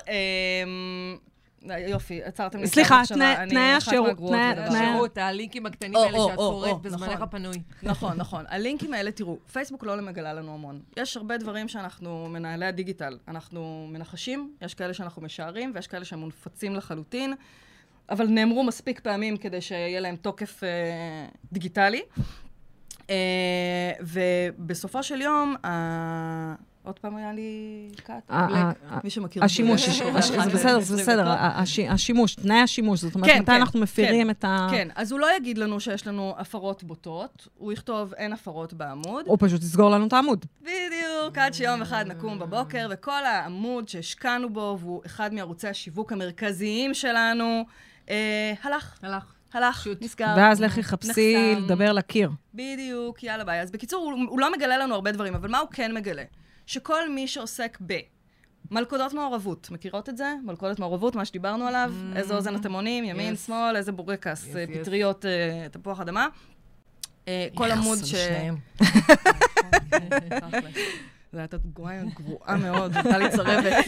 יופי, עצרתם לי. סליחה, תנאי השירות, הלינקים הקטנים האלה שאת קוראת בזמנך הפנוי. נכון. הלינקים האלה, תראו, פייסבוק לא מגלה לנו המון. יש הרבה דברים שאנחנו, מנהלי הדיגיטל, אנחנו מנחשים, יש כאלה שאנחנו משערים, ויש כאלה שמונפצים לחלוטין, אבל נאמרו מספיק פעמים כדי שיהיה להם תוקף דיגיטלי. ובסופו של יום, עוד פעם היה לי קאט, מי שמכיר. השימוש, זה בסדר, השימוש, תנאי השימוש, זאת אומרת, מתי אנחנו מפירים את ה... כן, אז הוא לא יגיד לנו שיש לנו הפרות בוטות, הוא יכתוב אין הפרות בעמוד. או פשוט יסגור לנו את העמוד. בדיוק, עד שיום אחד נקום בבוקר, וכל העמוד שהשקענו בו, והוא אחד מערוצי השיווק המרכזיים שלנו, הלך, נסגר. ואז לכי חפשי, לדבר לקיר. בדיוק, יאללה ביי. אז בקיצור, הוא לא מגלה לנו הרבה דברים, אבל מה הוא כן מגלה? שכל מי שעוסק במלכודות מעורבות, מכירות את זה? מלכודת מעורבות, מה שדיברנו עליו, איזה אוזן אתם עונים, ימין, שמאל, איזה בורקס, פטריות, תפוח אדמה. כל עמוד ש... זה הייתה גרועה מאוד, הייתה לי צרבת.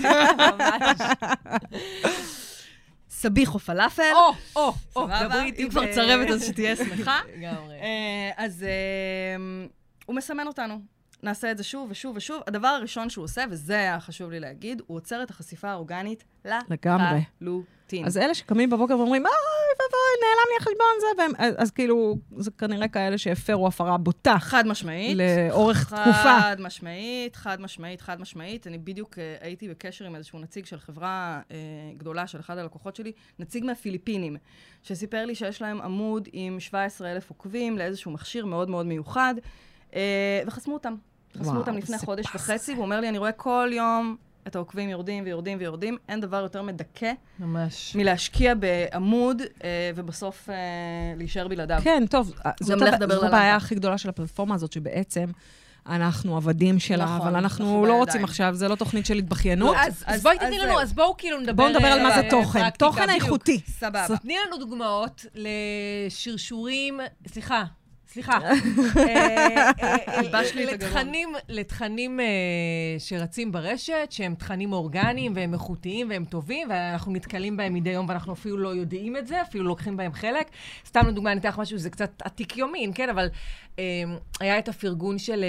סביח או פלאפל. דברי איתי. אם כבר צרבת אז שתהיה שמחה. לגמרי. אז הוא מסמן אותנו. נעשה את זה שוב ושוב ושוב. הדבר הראשון שהוא עושה, וזה היה חשוב לי להגיד, הוא עוצר את החשיפה האורגנית לחלוטין. אז אלה שקמים בבוקר ואומרים, נעלם לי החשבון זה, אז כאילו, זה כנראה כאלה שהפרו הפרה בוטה. חד משמעית. לאורך תקופה. חד משמעית. אני בדיוק הייתי בקשר עם איזשהו נציג של חברה גדולה, של אחד הלקוחות שלי, נציג מהפיליפינים, שסיפר לי שיש להם עמוד עם 17,000 עוקבים לאיזשהו מכשיר מאוד מאוד מיוחד, וחסמו אותם. חסמו אותם לפני חודש וחצי, והוא אומר לי, אני רואה כל יום את העוקבים יורדים, אין דבר יותר מדכא מלהשקיע בעמוד, ובסוף להישאר בלעדיו. כן, טוב, זאת הבעיה הכי גדולה של הפלטפורמה הזאת, שבעצם אנחנו עבדים שלה, אבל אנחנו לא רוצים עכשיו, זה לא תוכנית של התבחיינות. אז בואי תתני לנו, אז בואו כאילו נדבר... בואו נדבר על מה זה תוכן. תוכן איכותי. סבבה. תני לנו דוגמאות לשרשורים, סליחה, לתכנים שרצים ברשת, שהם תכנים אורגניים והם איכותיים והם טובים, ואנחנו נתקלים בהם מדי יום ואנחנו אפילו לא יודעים את זה, אפילו לוקחים בהם חלק. סתם לדוגמה, אני אתן לך משהו, זה קצת עתיק יומין, כן? אבל היה את הפרגון של...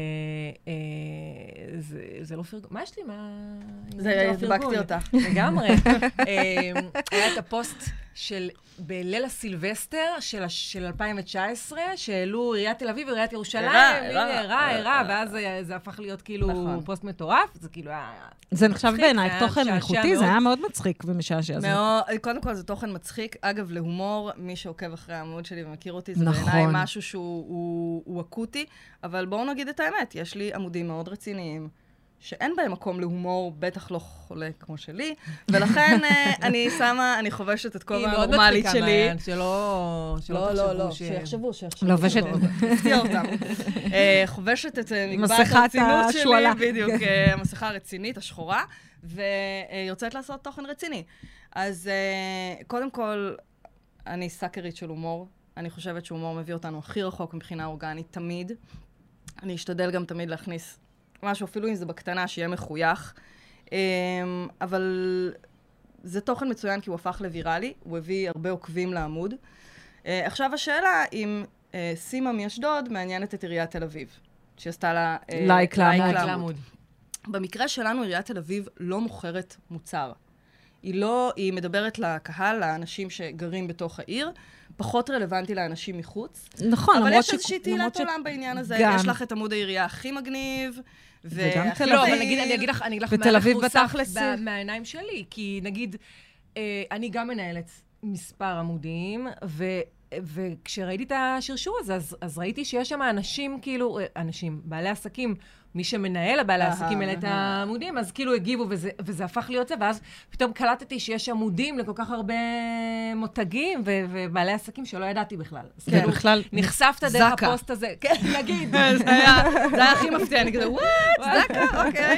זה לא פרגון... מה יש לי? זה הדבקתי אותך. לגמרי. היה את הפוסט בליל הסילבסטר של 2019, שהעלו עיריית תל אביב ועיריית ירושלים, הראה, ואז זה הפך להיות כאילו פוסט מטורף, זה כאילו היה... זה נחשב בעיניי תוכן איכותי, זה היה מאוד מצחיק ומשעשע. קודם כל זה תוכן מצחיק, אגב, להומור, מי שעוקב אחרי העמוד שלי ומכיר אותי, זה בעיניי משהו שהוא אקוטי, אבל בואו נגיד את האמת, יש לי עמודים מאוד רציניים, שאין בהם מקום להומור, בטח לא חולה כמו שלי, ולכן אני חובשת את כובע הנורמלית שלי. היא מאוד מצחיקה, לא, שיחשבו. לובשת, תפתיע אותם. חובשת את מגבעת הרצינות שלי, בדיוק, המסכה הרצינית, השחורה, ויוצאת לעשות תוכן רציני. אז קודם כל, אני סאקרית של הומור. אני חושבת שהומור מביא אותנו הכי רחוק מבחינה אורגנית, תמיד. אני אשתדל גם תמיד להכניס משהו, אפילו אם זה בקטנה, שיהיה מחוייך. אבל זה תוכן מצוין כי הוא הפך לוויראלי, הוא הביא הרבה עוקבים לעמוד. עכשיו השאלה אם סימה מאשדוד מעניינת את עיריית תל אביב, שעשתה לה לייק לעמוד. במקרה שלנו עיריית תל אביב לא מוכרת מוצר. היא מדברת לקהל, לאנשים שגרים בתוך העיר, פחות רלוונטי לאנשים מחוץ. נכון, אבל יש איזושהי תהילת עולם בעניין הזה. יש לך את עמוד העירייה הכי מגניב, וגם תל לא, אביב. אבל אני אגיד לך בתל אביב בתכלס מהעיניים שלי, כי נגיד, אני גם מנהלת מספר עמודים, וכשראיתי את השרשור הזה, אז ראיתי שיש שם אנשים, כאילו, בעלי עסקים, מי שמנהל בעלי העסקים האלה את העמודים, אז כאילו הגיבו, וזה הפך להיות זה, ואז פתאום קלטתי שיש עמודים לכל כך הרבה מותגים, ובעלי עסקים שלא ידעתי בכלל. אז כאילו, נחשפת דרך הפוסט הזה. כן, נגיד. זה היה הכי מפתיע, אני כזה, וואט, זקה, אוקיי.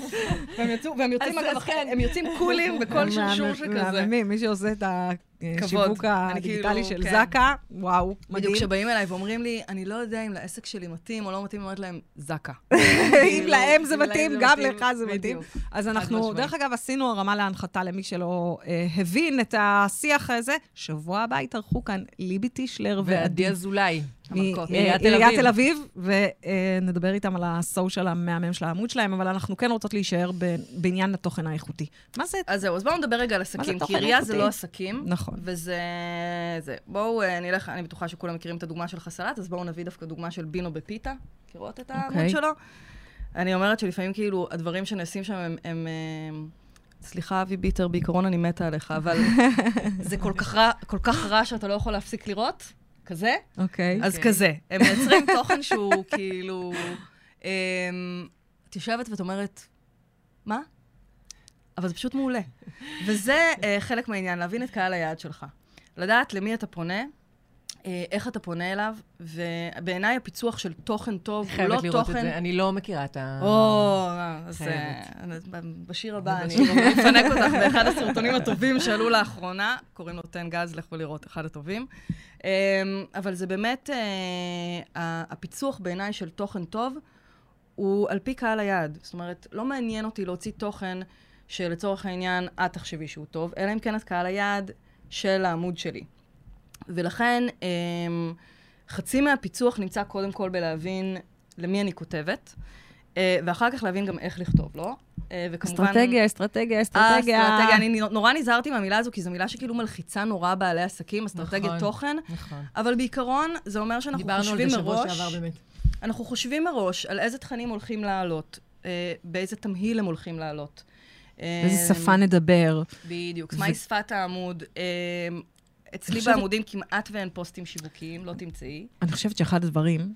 והם יוצאים, אגב, הם יוצאים קולים בכל שרשור שכזה. מי שעושה את השיווק הדיגיטלי של זקה, וואו, מדהים. בדיוק כשבאים אליי ואומרים לי, אני לא יודע אם לעסק שלי מתאים או לא מתאים, אומרת להם, זקה. אם להם זה מתאים, גם לך זה מתאים. אז אנחנו, דרך אגב, עשינו הרמה להנחתה למי שלא הבין את השיח הזה. שבוע הבא התארחו כאן ליבי טישלר ועדי אזולאי. מעיריית תל אביב, ונדבר איתם על הסושיאל המהמם של העמוד שלהם, אבל אנחנו כן רוצות להישאר בעניין התוכן האיכותי. מה זה? אז זהו, אז בואו נדבר רגע על עסקים, כי עירייה זה לא עסקים. נכון. וזה... בואו נלך, אני בטוחה שכולם מכירים את הדוגמה של חסלת, אז בואו נביא דווקא דוגמה של בינו בפיתה, מכירות את העמוד שלו? אני אומרת שלפעמים כאילו הדברים שנעשים שם הם סליחה, אבי ביטר, בעיקרון אני מתה עליך, אבל זה כל כך רע שאתה לא יכול להפסיק לראות. כזה? אוקיי. אז כזה. הם מייצרים תוכן שהוא כאילו... את יושבת ואת אומרת, מה? אבל זה פשוט מעולה. וזה חלק מהעניין, להבין את קהל היעד שלך. לדעת למי אתה פונה, איך אתה פונה אליו, ובעיניי הפיצוח של תוכן טוב הוא לא תוכן... חייבת לראות את זה, אני לא מכירה את ה... אז בשיר הבא אני אפנק אותך באחד הסרטונים הטובים שעלו לאחרונה, קוראים לו תן גז, לכו לראות, אחד הטובים. אבל זה באמת, הפיצוח בעיניי של תוכן טוב, הוא על פי קהל היעד. זאת אומרת, לא מעניין אותי להוציא תוכן שלצורך העניין את תחשבי שהוא טוב, אלא אם כן את קהל היעד של העמוד שלי. ולכן, חצי מהפיצוח נמצא קודם כל בלהבין למי אני כותבת, ואחר כך להבין גם איך לכתוב, לא? אסטרטגיה. אני נורא נזהרתי מהמילה הזו, כי זו מילה שכאילו מלחיצה נורא בעלי עסקים, אסטרטגיית תוכן. אבל בעיקרון, זה אומר שאנחנו חושבים מראש... אנחנו חושבים מראש על איזה תכנים הולכים לעלות, באיזה תמהיל הם הולכים לעלות. באיזה שפה נדבר. בדיוק, מהי שפת העמוד. אצלי בעמודים כמעט ואין פוסטים שיווקיים, לא תמצאי. אני חושבת שאחד הדברים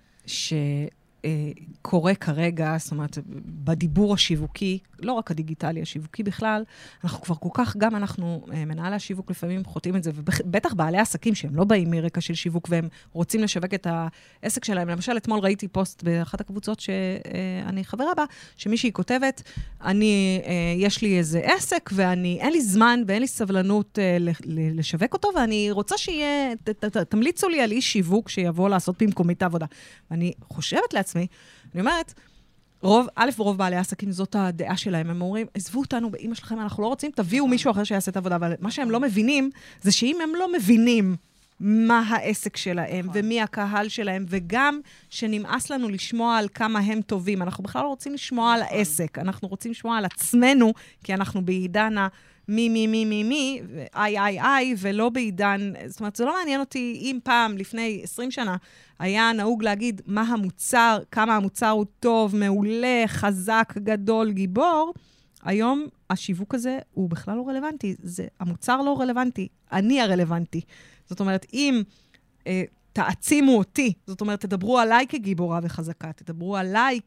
שקורה כרגע, זאת אומרת, בדיבור השיווקי, לא רק הדיגיטלי, השיווקי בכלל, אנחנו כבר כל כך, גם אנחנו, מנהלי השיווק לפעמים חוטאים את זה, ובטח בעלי עסקים שהם לא באים מרקע של שיווק, והם רוצים לשווק את העסק שלהם. למשל, אתמול ראיתי פוסט באחת הקבוצות שאני חברה בה, שמישהי כותבת, יש לי איזה עסק, אין לי זמן ואין לי סבלנות לשווק אותו, ואני רוצה שיהיה, תמליצו לי על איש שיווק שיבוא לעשות במקומי את העבודה. ואני חושבת לעצמי, אני אומרת, רוב בעלי העסקים, זאת הדעה שלהם. הם אומרים, עזבו אותנו באמא שלכם, אנחנו לא רוצים, תביאו מישהו אחר שיעשה את העבודה. אבל מה שהם לא מבינים, זה שאם הם לא מבינים מה העסק שלהם, ומי הקהל שלהם, וגם שנמאס לנו לשמוע על כמה הם טובים. אנחנו בכלל לא רוצים לשמוע על העסק, אנחנו רוצים לשמוע על עצמנו, כי אנחנו בעידן מי, איי, ולא בעידן, זאת אומרת, זה לא מעניין אותי אם פעם, לפני 20 שנה, היה נהוג להגיד מה המוצר, כמה המוצר הוא טוב, מעולה, חזק, גדול, גיבור. היום השיווק הזה הוא בכלל לא רלוונטי. המוצר לא רלוונטי, אני הרלוונטי. זאת אומרת, אם תעצימו אותי, זאת אומרת, תדברו עליי כגיבורה וחזקה, תדברו עליי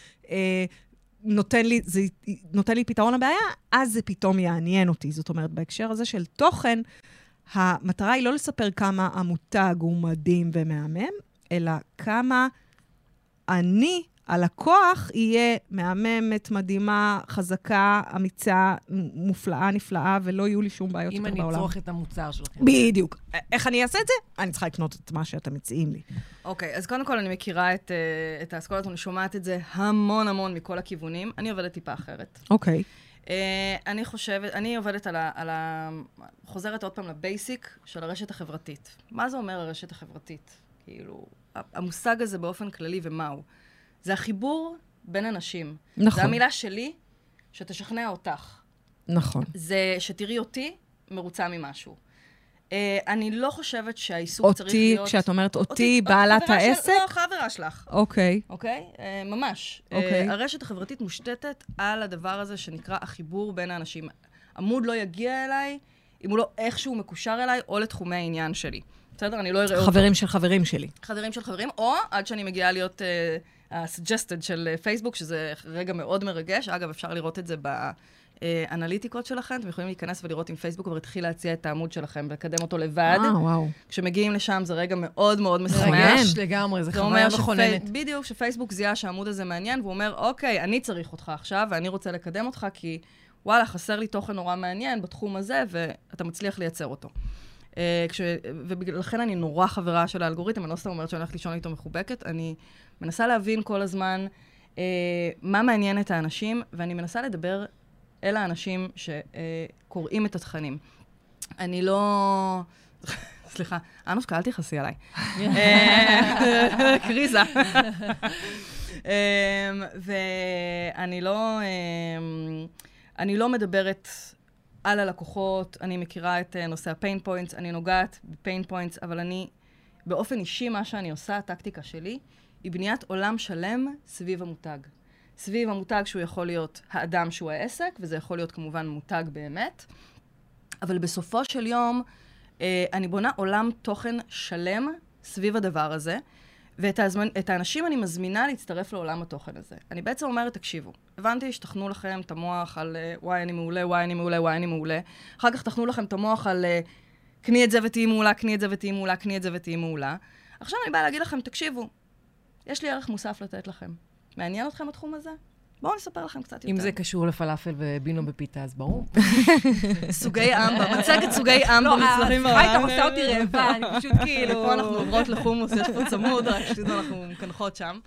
נותן לי פתרון לבעיה, אז זה פתאום יעניין אותי. זאת אומרת, בהקשר הזה של תוכן, המטרה היא לא לספר כמה המותג הוא מדהים ומהמם, אלא כמה אני, הלקוח, יהיה מהממת, מדהימה, חזקה, אמיצה, מופלאה, נפלאה, ולא יהיו לי שום בעיות יותר בעולם. אם אני אצרוך את המוצר שלכם. בדיוק. איך אני אעשה את זה? אני צריכה לקנות את מה שאתם מציעים לי. אוקיי, אז קודם כל אני מכירה את האסכולות, אני שומעת את זה המון מכל הכיוונים. אני עובדת טיפה אחרת. אוקיי. אני עובדת חוזרת עוד פעם לבייסיק של הרשת החברתית. מה זה אומר הרשת החברתית? כאילו, המושג הזה באופן כללי ומהו? זה החיבור בין אנשים. נכון. זה המילה שלי, שתשכנע אותך. נכון. זה שתראי אותי מרוצה ממשהו. אני לא חושבת שהעיסוק צריך להיות... אותי, כשאת אומרת אותי, בעלת העסק? לא, חברה שלך. אוקיי. אוקיי? ממש. אוקיי. הרשת החברתית מושתתת על הדבר הזה שנקרא החיבור בין האנשים. עמוד לא יגיע אליי, אם הוא לא איכשהו מקושר אליי, או לתחומי העניין שלי. בסדר? אני לא אראה אותו. חברים של חברים שלי. חברים של חברים, או עד שאני מגיעה להיות ה-suggested של פייסבוק, שזה רגע מאוד מרגש. אגב, אפשר לראות את זה באנליטיקות שלכם. אתם יכולים להיכנס ולראות אם פייסבוק כבר התחיל להציע את העמוד שלכם ולקדם אותו לבד. וואו. כשמגיעים לשם זה רגע מאוד מאוד משמח. מרגש לגמרי, זה חוויה מכוננת. בדיוק, שפייסבוק זיהה שהעמוד הזה מעניין, והוא אומר, אוקיי, אני צריך אותך עכשיו, ואני רוצה לקדם אותך, כי וואלה, חסר לי תוכן נורא מעניין בתחום הזה, ואתה מצליח לייצר אותו. ולכן אני נורא חברה של האלגוריתם, אני לא סתם אומרת שאני הולכת לישון איתו מחובקת, אני מנסה להבין כל הזמן מה מעניין את האנשים, ואני מנסה לדבר אל האנשים שקוראים את התכנים. אני לא... סליחה, אנושקה, אל תכעסי עליי. קריזה. ואני לא מדברת על הלקוחות, אני מכירה את נושא הפיין פוינטס, אני נוגעת בפיין פוינטס, אבל אני, באופן אישי, מה שאני עושה, הטקטיקה שלי, היא בניית עולם שלם סביב המותג. סביב המותג שהוא יכול להיות האדם שהוא העסק, וזה יכול להיות כמובן מותג באמת, אבל בסופו של יום, אני בונה עולם תוכן שלם סביב הדבר הזה, ואת האנשים אני מזמינה להצטרף לעולם התוכן הזה. אני בעצם אומרת, תקשיבו, הבנתי שתכנו לכם את המוח על וואי אני מעולה, וואי אני מעולה, וואי אני מעולה. אחר כך תכנו לכם את המוח על קני את זה ותהי מעולה, קני את זה ותהי מעולה, קני את זה ותהי מעולה. עכשיו אני באה להגיד לכם, תקשיבו, יש לי ערך מוסף לתת לכם. מעניין אתכם התחום הזה? בואו נספר לכם קצת יותר. אם זה קשור לפלאפל ובינו בפיתה, אז ברור. סוגי אמבה, מצגת סוגי אמבה מצלחים לא, סליחה, אתה עושה אותי רעבה, אני פשוט כאילו... פה אנחנו עוברות לחומוס, יש פה צמוד, רק שתדעו, אנחנו מקנחות שם.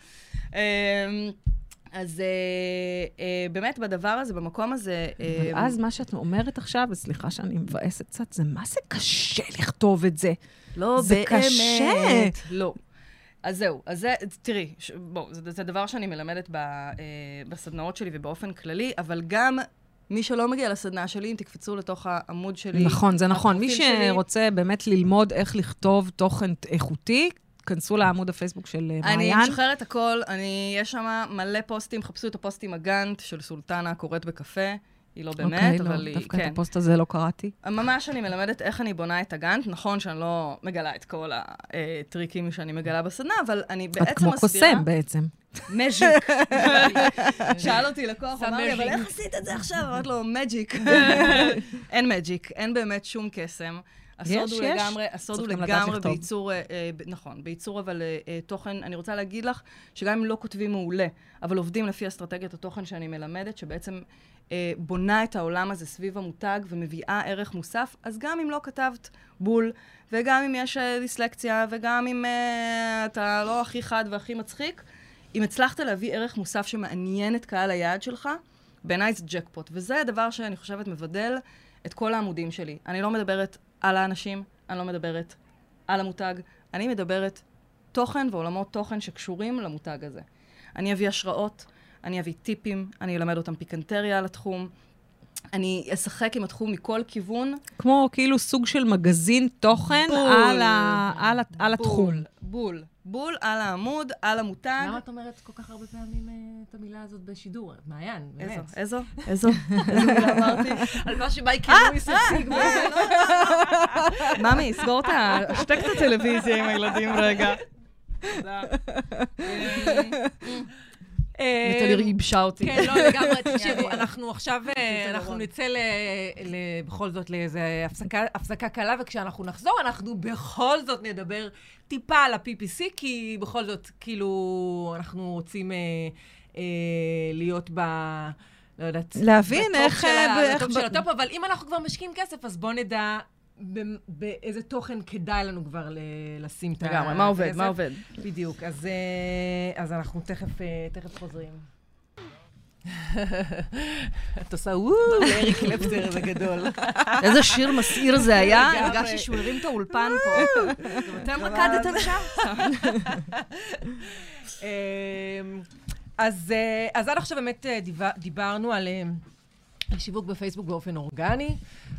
אז באמת בדבר הזה, במקום הזה... אז מה שאת אומרת עכשיו, וסליחה שאני מבאסת קצת, זה מה זה קשה לכתוב את זה? לא, זה קשה. לא. אז זהו, אז זה, תראי, בואו, זה דבר שאני מלמדת בסדנאות שלי ובאופן כללי, אבל גם מי שלא מגיע לסדנה שלי, אם תקפצו לתוך העמוד שלי... נכון, זה נכון. מי שרוצה באמת ללמוד איך לכתוב תוכן איכותי, כנסו לעמוד הפייסבוק של מעיין. אני משחררת הכל, יש שם מלא פוסטים, חפשו את הפוסטים הגאנט של סולטנה קוראת בקפה. היא לא באמת, אבל היא... דווקא את הפוסט הזה לא קראתי. ממש אני מלמדת איך אני בונה את הגאנט. נכון שאני לא מגלה את כל הטריקים שאני מגלה בסדנה, אבל אני בעצם מסבירה... את כמו קוסם בעצם. מג'יק. שאל אותי לקוח, אמר לי, אבל איך עשית את זה עכשיו? אמרת לו, מג'יק. אין מג'יק, אין באמת שום קסם. הסוד הוא לגמרי בייצור, נכון, בייצור אבל תוכן, אני רוצה להגיד לך, שגם אם לא כותבים מעולה, אבל עובדים לפי אסטרטגיית התוכן שאני מלמדת, שבעצם בונה את העולם הזה סביב המותג ומביאה ערך מוסף, אז גם אם לא כתבת בול, וגם אם יש דיסלקציה, וגם אם אתה לא הכי חד והכי מצחיק, אם הצלחת להביא ערך מוסף שמעניין את קהל היעד שלך, בעיניי זה ג'קפוט. וזה הדבר שאני חושבת מבדל את כל העמודים שלי. אני לא מדברת על האנשים, אני לא מדברת על המותג, אני מדברת תוכן ועולמות תוכן שקשורים למותג הזה. אני אביא השראות, אני אביא טיפים, אני אלמד אותם פיקנטריה על התחום, אני אשחק עם התחום מכל כיוון. כמו כאילו סוג של מגזין תוכן על התחום. בול על העמוד, על המותג. למה את אומרת כל כך הרבה פעמים את המילה הזאת בשידור? מעיין, באמת. איזו מילה אמרתי? על מה שמייקל לואיס הציג. ממי, סגור השתק את הטלוויזיה עם הילדים רגע. תודה. נטלי ייבשה אותי. כן, לא, לגמרי, תקשיבו, אנחנו עכשיו, אנחנו נצא בכל זאת לאיזו הפסקה קלה, וכשאנחנו נחזור, אנחנו בכל זאת נדבר טיפה על ה-PPC, כי בכל זאת, כאילו, אנחנו רוצים להיות לא יודעת, להבין איך... בטופ של הטופ, אבל אם אנחנו כבר משקיעים כסף, אז בואו נדע באיזה תוכן כדאי לנו כבר לשים את הכסף. לגמרי, מה עובד? בדיוק, אז אנחנו תכף חוזרים. את עושה לאריק קלפסטר, זה גדול. איזה שיר מסעיר זה היה, הרגשתי שהוא הרים את האולפן פה. אתם רקדתם שם? אז עד עכשיו באמת דיברנו על שיווק בפייסבוק באופן אורגני,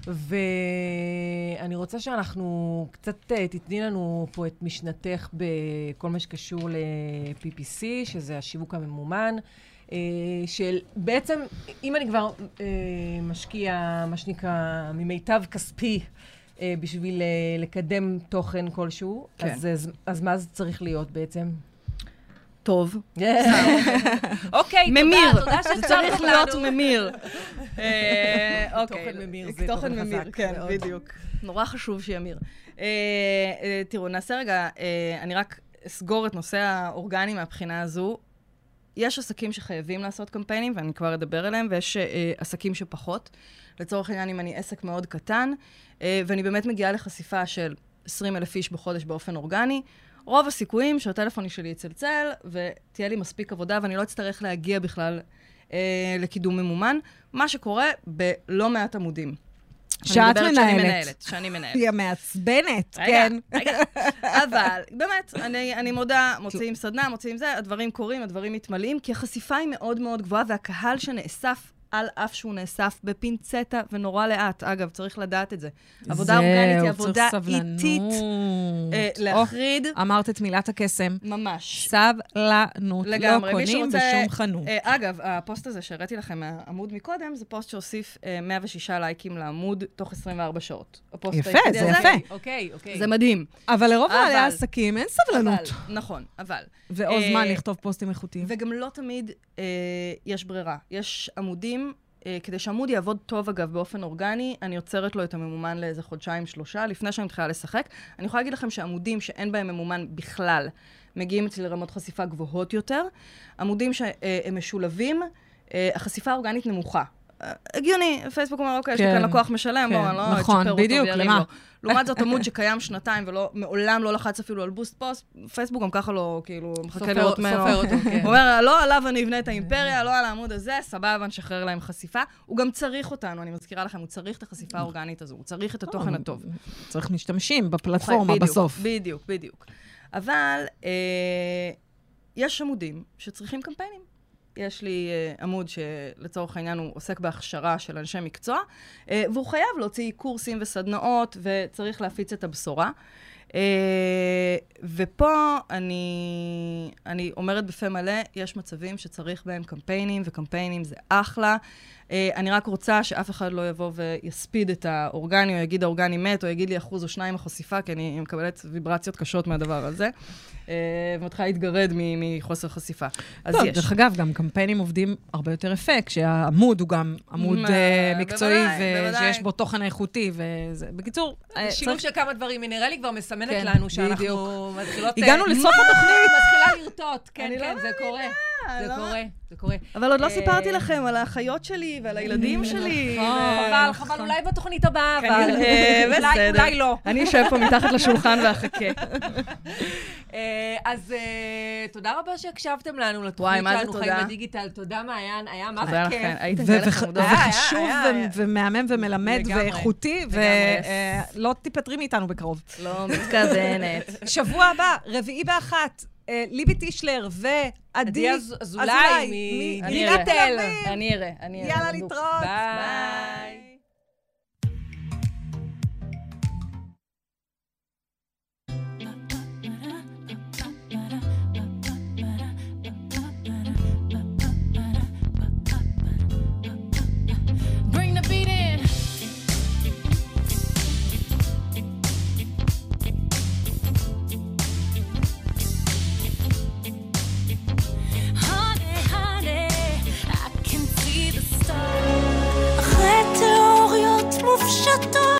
ואני רוצה שאנחנו קצת תתני לנו פה את משנתך בכל מה שקשור ל-PPC, שזה השיווק הממומן, של בעצם, אם אני כבר משקיע, מה שנקרא, ממיטב כספי, בשביל לקדם תוכן כלשהו, כן. אז מה זה צריך להיות בעצם? טוב. אוקיי, ממיר. תודה זה צריך להיות ממיר. תוכן ממיר זה תוכן ממיר, כן, בדיוק. נורא חשוב שימיר. תראו, נעשה רגע, אני רק אסגור את נושא האורגני מהבחינה הזו. יש עסקים שחייבים לעשות קמפיינים, ואני כבר אדבר עליהם, ויש עסקים שפחות. לצורך העניין, אם אני עסק מאוד קטן, ואני באמת מגיעה לחשיפה של 20,000 איש בחודש באופן אורגני, רוב הסיכויים שהטלפון שלי יצלצל, ותהיה לי מספיק עבודה, ואני לא אצטרך להגיע בכלל לקידום ממומן, מה שקורה בלא מעט עמודים. שאת מנהלת. שאני מנהלת. היא המעצבנת, כן. רגע. אבל, באמת, אני מודה, מוציאים סדנה, מוציאים זה, הדברים קורים, הדברים מתמלאים, כי החשיפה היא מאוד מאוד גבוהה, והקהל שנאסף, על אף שהוא נאסף בפינצטה ונורא לאט. אגב, צריך לדעת את זה. עבודה אורגנית היא עבודה איטית. להחריד. אמרת את מילת הקסם. ממש. סבלנות. לא קונים בשום חנות. אגב, הפוסט הזה שהראיתי לכם מהעמוד מקודם, זה פוסט שהוסיף 106 לייקים לעמוד תוך 24 שעות. יפה, זה יפה. אוקיי. זה מדהים. אבל לרוב בעלי העסקים אין סבלנות. נכון, אבל. ועוד זמן לכתוב פוסטים איכותיים. וגם לא תמיד יש ברירה. יש עמודים, כדי שעמוד יעבוד טוב, אגב, באופן אורגני, אני יוצרת לו את הממומן לאיזה חודשיים-שלושה, לפני שאני מתחילה לשחק. אני יכולה להגיד לכם שעמודים שאין בהם ממומן בכלל, מגיעים אצלי לרמות חשיפה גבוהות יותר. עמודים שהם משולבים, החשיפה האורגנית נמוכה. הגיוני, פייסבוק אומר, אוקיי, יש לי כאן לקוח משלם, בואו, אני לא אצ'פר אותו בדיוק, למה? לעומת זאת, עמוד שקיים שנתיים ומעולם לא לחץ אפילו על בוסט פוסט, פייסבוק גם ככה לא, כאילו, מחכה לראות ממנו. סופר אותו, כן. הוא אומר, לא עליו אני אבנה את האימפריה, לא על העמוד הזה, סבבה, נשחרר להם חשיפה. הוא גם צריך אותנו, אני מזכירה לכם, הוא צריך את החשיפה האורגנית הזו, הוא צריך את התוכן הטוב. צריך משתמשים בפלטפורמה בסוף. בדיוק. אבל יש עמודים שצריכים קמפיינים. יש לי עמוד שלצורך העניין הוא עוסק בהכשרה של אנשי מקצוע, והוא חייב להוציא קורסים וסדנאות, וצריך להפיץ את הבשורה. ופה אני אומרת בפה מלא, יש מצבים שצריך בהם קמפיינים, וקמפיינים זה אחלה. אני רק רוצה שאף אחד לא יבוא ויספיד את האורגני, או יגיד האורגני מת, או יגיד לי 1% או 2% החשיפה, כי אני מקבלת ויברציות קשות מהדבר הזה, ומתחילה להתגרד מחוסר חשיפה. אז יש. דרך אגב, גם קמפיינים עובדים הרבה יותר יפה, כשהעמוד הוא גם עמוד מקצועי, ושיש בו תוכן איכותי, בקיצור, שילוב של כמה דברים, נראה לי כבר מסמנת לנו שאנחנו מתחילות... הגענו לסוף התוכנית. מתחילה לרטוט, כן, זה קורה. זה קורה. אבל עוד לא סיפרתי לכם על האחיות שלי ועל הילדים שלי. חבל, אולי בתוכנית הבאה, אבל אולי לא. אני אשב פה מתחת לשולחן ואחכה. אז תודה רבה שהקשבתם לנו לתוכנית שלנו חיים בדיגיטל. תודה מעיין, היה מה כיף. וחשוב ומהמם ומלמד ואיכותי, ולא תיפטרי מאיתנו בקרוב. לא, מתכוונת. שבוע הבא, 4:01, ליבי טישלר ועדי אזולאי מעיריית תל אביב. אני אראה. יאללה, להתראות. ביי.